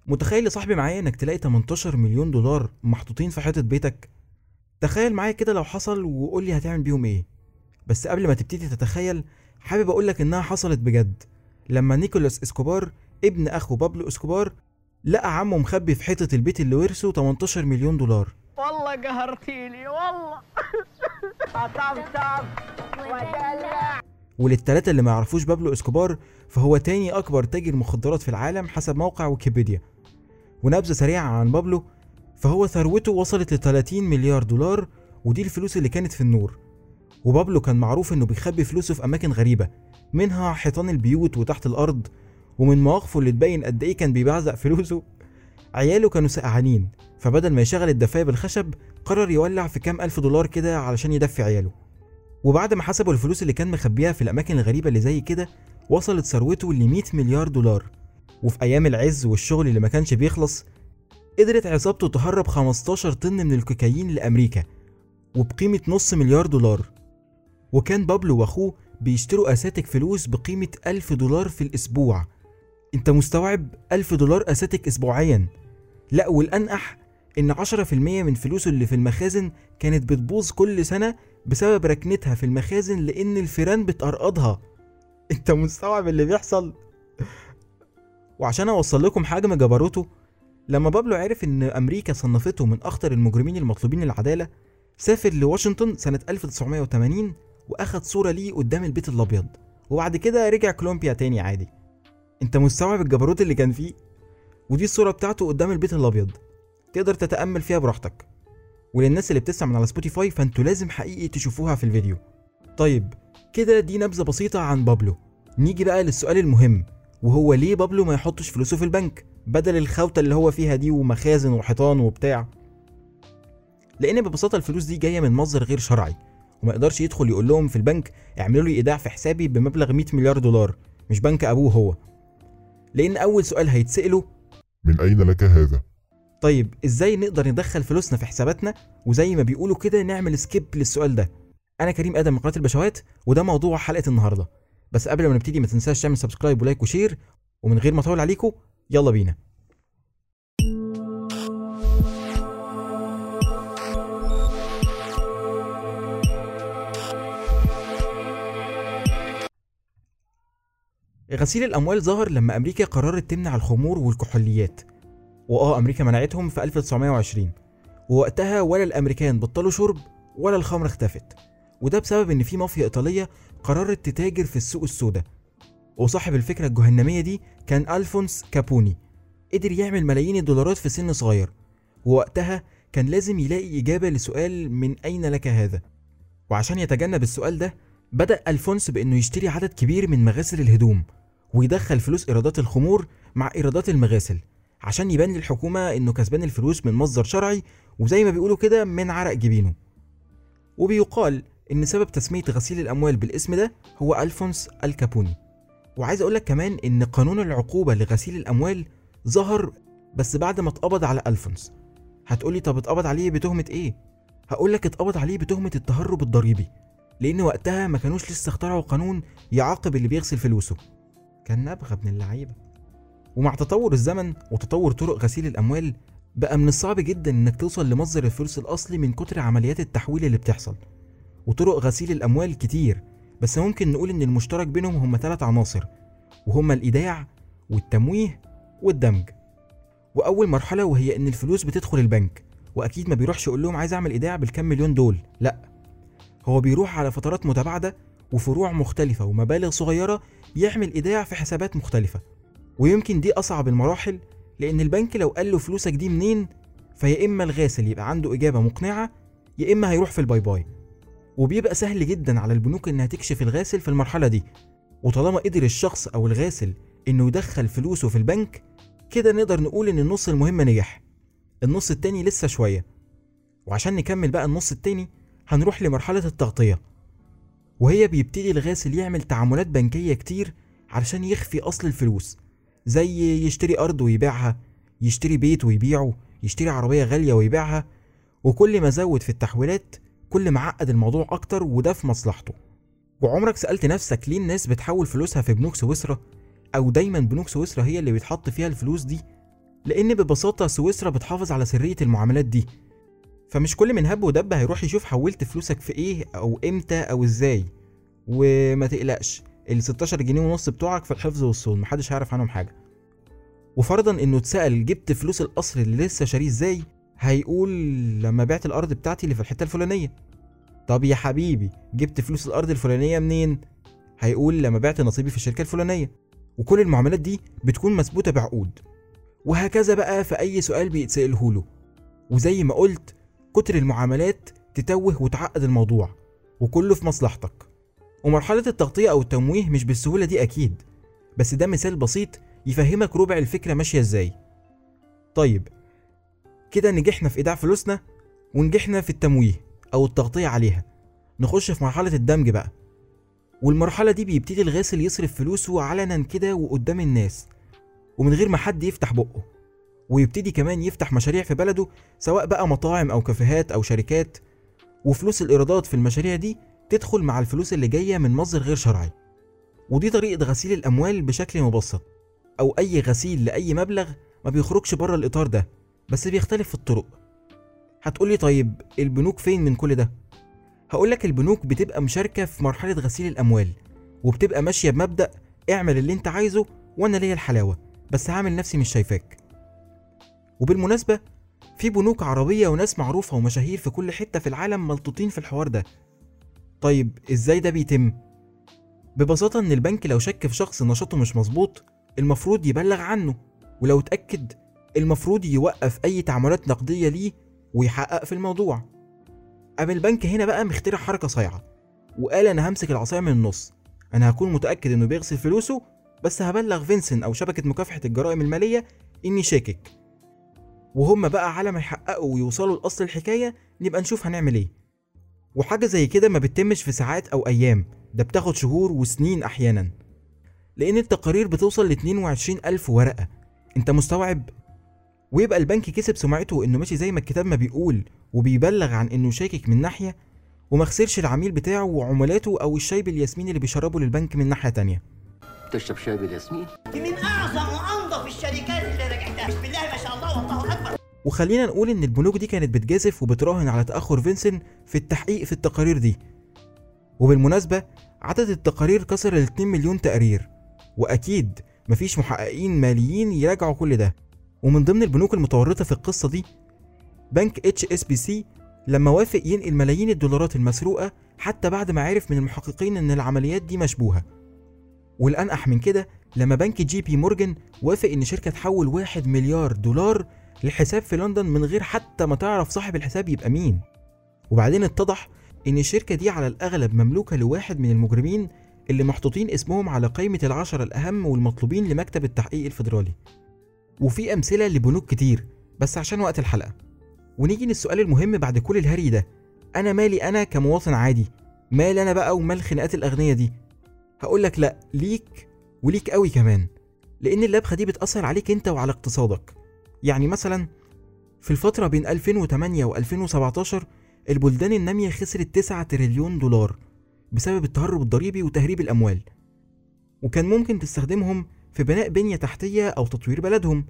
متخيل يا صاحبي معايا انك تلاقي 18 مليون دولار محطوطين في حيطة بيتك؟ تخيل معايا كده لو حصل وقول لي هتعمل بيهم ايه. بس قبل ما تبتدي تتخيل، حابب اقولك انها حصلت بجد، لما نيكولاس اسكوبار ابن اخو بابلو اسكوبار لقى عمه مخبي في حيطة البيت اللي ورثه 18 مليون دولار. والله قهرتيني والله. طبطب ودلع. وللتلاتة اللي ما يعرفوش بابلو اسكوبار، فهو تاني اكبر تاجر مخدرات في العالم حسب موقع ويكيبيديا. ونبذة سريعة عن بابلو، فهو ثروته وصلت ل 30 مليار دولار، ودي الفلوس اللي كانت في النور. وبابلو كان معروف انه بيخبي فلوسه في اماكن غريبة، منها حيطان البيوت وتحت الارض. ومن مواقفه اللي تبين قد ايه كان بيبعزق فلوسه، عياله كانوا سقعانين، فبدل ما يشغل الدفاية بالخشب قرر يولع في كام الف دولار كده علشان يدفي عياله. وبعد ما حسبوا الفلوس اللي كان مخبيها في الاماكن الغريبة اللي زي كده، وصلت ثروته ل 100 مليار دولار. وفي ايام العز والشغل اللي ما كانش بيخلص، قدرت عصابته تهرب 15 طن من الكوكايين لامريكا وبقيمة نص مليار دولار. وكان بابلو واخوه بيشتروا اساتك فلوس بقيمة 1000 دولار في الاسبوع. انت مستوعب 1000 دولار اساتك اسبوعيا؟ لا، والانقح ان 10% من فلوسه اللي في المخازن كانت بتبوظ كل سنة بسبب ركنتها في المخازن لان الفيران بتقرقضها. انت مستوعب اللي بيحصل؟ وعشان اوصل لكم حجم جبروته، لما بابلو عرف ان امريكا صنفته من اخطر المجرمين المطلوبين للعدالة، سافر لواشنطن سنة 1980 واخد صورة ليه قدام البيت الابيض، وبعد كده رجع كولومبيا تاني عادي. انت مستوعب الجبروت اللي كان فيه؟ ودي الصورة بتاعته قدام البيت الابيض، تقدر تتأمل فيها براحتك. وللناس اللي بتسمع من على سبوتيفاي فانتوا لازم حقيقي تشوفوها في الفيديو. طيب كده دي نبذة بسيطة عن بابلو. نيجي بقى للسؤال المهم، وهو ليه بابلو ما يحطش فلوسه في البنك بدل الخوته اللي هو فيها دي ومخازن وحيطان وبتاع؟ لان ببساطه الفلوس دي جايه من مصدر غير شرعي، وما يقدرش يدخل يقول لهم في البنك اعملوا لي ايداع في حسابي بمبلغ 100 مليار دولار، مش بنك ابوه هو. لان اول سؤال هيتساله، من أين لك هذا؟ طيب ازاي نقدر ندخل فلوسنا في حساباتنا؟ وزي ما بيقولوا كده نعمل سكيب للسؤال ده. انا كريم ادم من قناه البشوات، وده موضوع حلقه النهارده. بس قبل ما نبتدي ما تنساش تعمل سبسكرايب ولايك وشير، ومن غير ما اطول عليكم يلا بينا. غسيل الاموال ظهر لما امريكا قررت تمنع الخمور والكحوليات، امريكا منعتهم في 1920، ووقتها ولا الامريكان بطلوا شرب ولا الخمر اختفت. وده بسبب ان في مافيا ايطاليه قررت تتاجر في السوق السوداء، وصاحب الفكره الجهنميه دي كان ألفونس كابوني. قدر يعمل ملايين الدولارات في سن صغير، ووقتها كان لازم يلاقي اجابه لسؤال من اين لك هذا. وعشان يتجنب السؤال ده، بدأ ألفونس بانه يشتري عدد كبير من مغاسل الهدوم، ويدخل فلوس ايرادات الخمور مع ايرادات المغاسل، عشان يبان للحكومه انه كسبان الفلوس من مصدر شرعي، وزي ما بيقولوا كده من عرق جبينه. وبيقال ان سبب تسميه غسيل الاموال بالاسم ده هو ألفونس الكابوني. وعايز اقولك كمان ان قانون العقوبه لغسيل الاموال ظهر بس بعد ما اتقبض على ألفونس. هتقولي طب اتقبض عليه بتهمه ايه؟ هقولك اتقبض عليه بتهمه التهرب الضريبي، لان وقتها ما كانوش لسه اخترعوا قانون يعاقب اللي بيغسل فلوسه. كان نبغى ابن اللعيبه. ومع تطور الزمن وتطور طرق غسيل الاموال، بقى من الصعب جدا انك توصل لمصدر الفلوس الاصلي من كتر عمليات التحويل اللي بتحصل. وطرق غسيل الاموال كتير، بس ممكن نقول ان المشترك بينهم هم 3 عناصر، وهما الايداع والتمويه والدمج. واول مرحله وهي ان الفلوس بتدخل البنك، واكيد ما بيروحش يقول لهم عايز اعمل ايداع بالكام مليون دول، لا، هو بيروح على فترات متباعده وفروع مختلفه ومبالغ صغيره يعمل ايداع في حسابات مختلفه. ويمكن دي اصعب المراحل، لان البنك لو قال له فلوسك دي منين، فيا اما الغاسل يبقى عنده اجابه مقنعه، يا اما هيروح في الباي باي. وبيبقى سهل جدا على البنوك انها تكشف الغاسل في المرحله دي. وطالما قدر الشخص او الغاسل انه يدخل فلوسه في البنك، كده نقدر نقول ان النص المهم نجح. النص التاني لسه شويه. وعشان نكمل بقى النص التاني، هنروح لمرحله التغطيه، وهي بيبتدي الغاسل يعمل تعاملات بنكيه كتير علشان يخفي اصل الفلوس، زي يشتري ارض ويبيعها، يشتري بيت ويبيعه، يشتري عربيه غاليه ويبيعها. وكل ما زود في التحويلات كل ما عقد الموضوع اكتر، وده في مصلحته. وعمرك سألت نفسك ليه الناس بتحول فلوسها في بنوك سويسرا، او دايما بنوك سويسرا هي اللي بيتحط فيها الفلوس دي؟ لان ببساطه سويسرا بتحافظ على سريه المعاملات دي، فمش كل من هب ودب هيروح يشوف حولت فلوسك في ايه او امتى او ازاي. وما تقلقش، ال 16 جنيه ونص بتوعك في الحفظ والصون، محدش هيعرف عنهم حاجه. وفرضا انه اتسال جبت فلوس القصر اللي لسه شاريه ازاي، هيقول لما بعت الارض بتاعتي اللي في الحته الفلانيه. طب يا حبيبي جبت فلوس الارض الفلانيه منين؟ هيقول لما بعت نصيبي في الشركه الفلانيه. وكل المعاملات دي بتكون مثبوته بعقود. وهكذا بقى في اي سؤال بيتساله له. وزي ما قلت، كتر المعاملات تتوه وتعقد الموضوع، وكله في مصلحتك. ومرحله التغطيه او التمويه مش بالسهوله دي اكيد، بس ده مثال بسيط يفهمك ربع الفكره ماشيه ازاي. طيب كده نجحنا في ايداع فلوسنا ونجحنا في التمويه او التغطيه عليها. نخش في مرحله الدمج بقى. والمرحله دي بيبتدي الغاسل يصرف فلوسه علنا كده وقدام الناس، ومن غير ما حد يفتح بقه. ويبتدي كمان يفتح مشاريع في بلده، سواء بقى مطاعم او كافيهات او شركات. وفلوس الايرادات في المشاريع دي تدخل مع الفلوس اللي جايه من مصدر غير شرعي. ودي طريقه غسيل الاموال بشكل مبسط، او اي غسيل لاي مبلغ ما بيخرجش بره الاطار ده، بس بيختلف في الطرق. هتقولي طيب البنوك فين من كل ده؟ هقولك البنوك بتبقى مشاركه في مرحله غسيل الاموال، وبتبقى ماشيه بمبدا اعمل اللي انت عايزه وانا ليا الحلاوه، بس هعمل نفسي مش شايفاك. وبالمناسبه في بنوك عربيه وناس معروفه ومشاهير في كل حته في العالم ملطوطين في الحوار ده. طيب ازاي ده بيتم؟ ببساطه ان البنك لو شك في شخص نشاطه مش مظبوط، المفروض يبلغ عنه، ولو اتاكد المفروض يوقف اي تعاملات نقديه ليه ويحقق في الموضوع. قام البنك هنا بقى مخترع حركه صايعه، وقال انا همسك العصايه من النص. انا هكون متاكد انه بيغسل فلوسه، بس هبلغ فينسن او شبكه مكافحه الجرائم الماليه اني شاكك. وهم بقى على ما يحققوا ويوصلوا لاصل الحكايه نبقى نشوف هنعمل ايه. وحاجه زي كده ما بتتمش في ساعات او ايام، ده بتاخد شهور وسنين احيانا، لان التقارير بتوصل ل 22,000 ورقه. انت مستوعب؟ ويبقى البنك كسب سمعته انه ماشي زي ما الكتاب ما بيقول، وبيبلغ عن انه شاكك من ناحيه، وما خسرش العميل بتاعه وعملاته او الشاي بالياسمين اللي بيشربه للبنك من ناحيه تانية. تشرب شاي بالياسمين؟ دي من اعظم وانظف الشركات اللي رجعتها، بسم الله ما شاء الله والله اكبر. وخلينا نقول ان البنوك دي كانت بتجازف وبتراهن على تاخر فينسن في التحقيق في التقارير دي. وبالمناسبه عدد التقارير كسر ال 2 مليون تقرير، واكيد مفيش محققين ماليين يراجعوا كل ده. ومن ضمن البنوك المتورطه في القصه دي بنك HSBC، لما وافق ينقل ملايين الدولارات المسروقه حتى بعد ما عرف من المحققين ان العمليات دي مشبوهه. والانقح من كده لما بنك جي بي مورجان وافق ان شركه تحول 1 مليار دولار لحساب في لندن من غير حتى ما تعرف صاحب الحساب يبقى مين. وبعدين اتضح ان الشركه دي على الاغلب مملوكه لواحد من المجرمين اللي محطوطين اسمهم على قائمه ال10 الأهم والمطلوبين لمكتب التحقيق الفيدرالي. وفي امثله لبنوك كتير، بس عشان وقت الحلقه. ونيجي للسؤال المهم بعد كل الهري ده، انا مالي انا كمواطن عادي؟ مال انا بقى ومال خناقات الاغنياء دي؟ هقولك لا، ليك وليك قوي كمان، لان اللبخه دي بتاثر عليك انت وعلى اقتصادك. يعني مثلا في الفتره بين 2008 و2017 البلدان الناميه خسرت 9 تريليون دولار بسبب التهرب الضريبي وتهريب الاموال، وكان ممكن تستخدمهم في بناء بنيه تحتيه او تطوير بلدهم.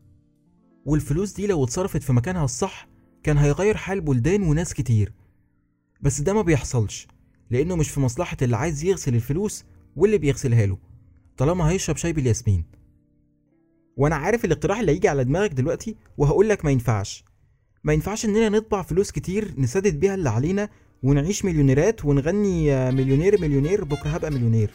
والفلوس دي لو اتصرفت في مكانها الصح كان هيغير حال بلدان وناس كتير. بس ده ما بيحصلش، لانه مش في مصلحه اللي عايز يغسل الفلوس واللي بيغسلها له، طالما هيشرب شاي بالياسمين. وانا عارف الاقتراح اللي هيجي على دماغك دلوقتي، وهقولك ما ينفعش اننا نطبع فلوس كتير نسدد بيها اللي علينا ونعيش مليونيرات ونغني مليونير مليونير بكره هبقى مليونير.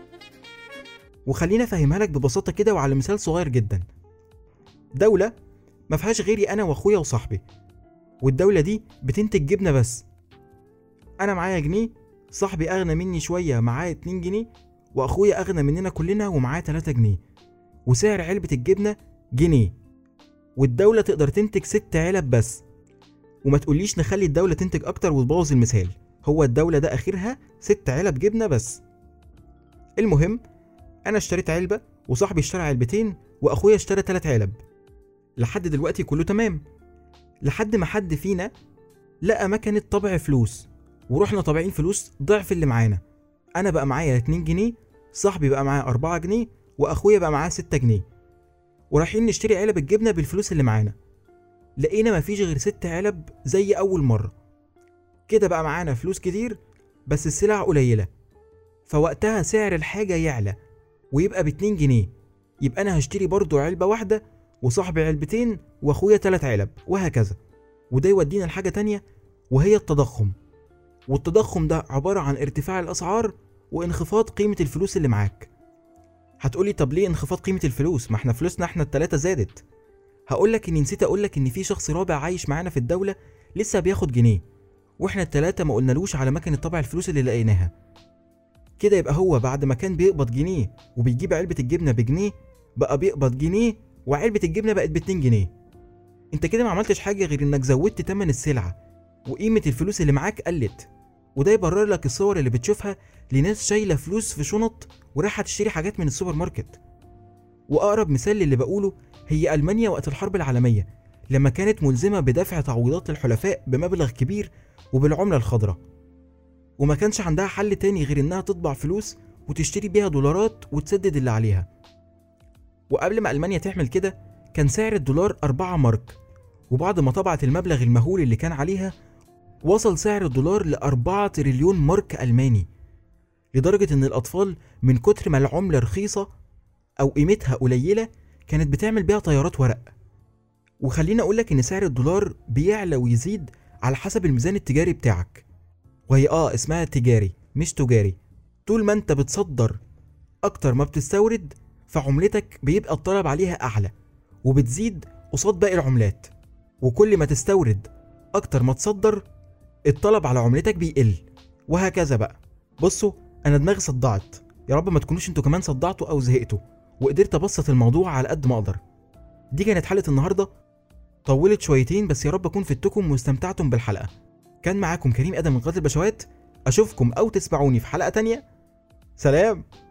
وخلينا افهمها لك ببساطه كده وعلى مثال صغير جدا. دوله ما فيهاش غيري انا واخويا وصاحبي، والدوله دي بتنتج جبنه بس. انا معايا جنيه، صاحبي اغنى مني شويه معاه 2 جنيه، واخويا اغنى مننا كلنا ومعاه 3 جنيه، وسعر علبه الجبنه جنيه، والدوله تقدر تنتج 6 علب بس. وما تقوليش نخلي الدوله تنتج اكتر وتبوظ المثال، هو الدوله ده اخرها 6 علب جبنه بس. المهم انا اشتريت علبه، وصاحبي اشترى علبتين، واخويا اشترى 3 علب. لحد دلوقتي كله تمام، لحد ما حد فينا لقى مكنه طبع فلوس، ورحنا طابعين فلوس ضعف اللي معانا. انا بقى معايا 2 جنيه، صاحبي بقى معاه 4 جنيه، واخويا بقى معاه 6 جنيه. ورايحين نشتري علب الجبنة بالفلوس اللي معانا، لقينا مفيش غير 6 علب زي أول مرة. كده بقى معانا فلوس كتير بس السلع قليلة، فوقتها سعر الحاجة يعلى ويبقى ب2 جنيه، يبقى أنا هشتري برضو علبة واحدة وصاحبي علبتين وأخويا 3 علب وهكذا. وده يودينا لحاجة تانية وهي التضخم. والتضخم ده عبارة عن ارتفاع الأسعار وانخفاض قيمة الفلوس اللي معاك. هتقولي طب ليه انخفاض قيمة الفلوس؟ ما احنا فلوسنا احنا ال3 زادت. هقولك اني نسيت اقولك ان في شخص رابع عايش معانا في الدولة لسه بياخد جنيه، واحنا ال3 ما قلنالوش على مكنة طبع الفلوس اللي لقيناها. كده يبقى هو بعد ما كان بيقبض جنيه وبيجيب علبة الجبنة بجنيه، بقى بيقبض جنيه وعلبة الجبنة بقت ب2 جنيه. انت كده ما عملتش حاجة غير انك زودت تمن السلعة وقيمة الفلوس اللي معاك قلت. وده يبرر لك الصور اللي بتشوفها لناس شايلة فلوس في شنط ورايحة تشتري حاجات من السوبر ماركت. وأقرب مثال للي بقوله هي ألمانيا وقت الحرب العالمية، لما كانت ملزمة بدفع تعويضات للحلفاء بمبلغ كبير وبالعملة الخضراء، وما كانش عندها حل تاني غير إنها تطبع فلوس وتشتري بيها دولارات وتسدد اللي عليها. وقبل ما ألمانيا تعمل كده كان سعر الدولار 4 مارك، وبعد ما طبعت المبلغ المهول اللي كان عليها وصل سعر الدولار ل4 تريليون مارك ألماني، لدرجة إن الأطفال من كتر ما العملة رخيصة أو قيمتها قليلة كانت بتعمل بيها طيارات ورق. وخليني أقولك إن سعر الدولار بيعلى ويزيد على حسب الميزان التجاري بتاعك، وهي اسمها تجاري مش تجاري. طول ما أنت بتصدر أكتر ما بتستورد فعملتك بيبقى الطلب عليها أعلى وبتزيد قصاد باقي العملات، وكل ما تستورد أكتر ما تصدر الطلب على عملتك بيقل، وهكذا بقى. بصوا أنا دماغي صدعت، يا رب ما تكونوش انتوا كمان صدعتوا أو زهقتوا، وقدرت أبسط الموضوع على قد ما أقدر. دي كانت حلقة النهاردة، طولت شويتين بس يا رب أكون فدتكم واستمتعتم بالحلقة. كان معاكم كريم آدم من قناة البشوات، أشوفكم أو تسمعوني في حلقة تانية. سلام.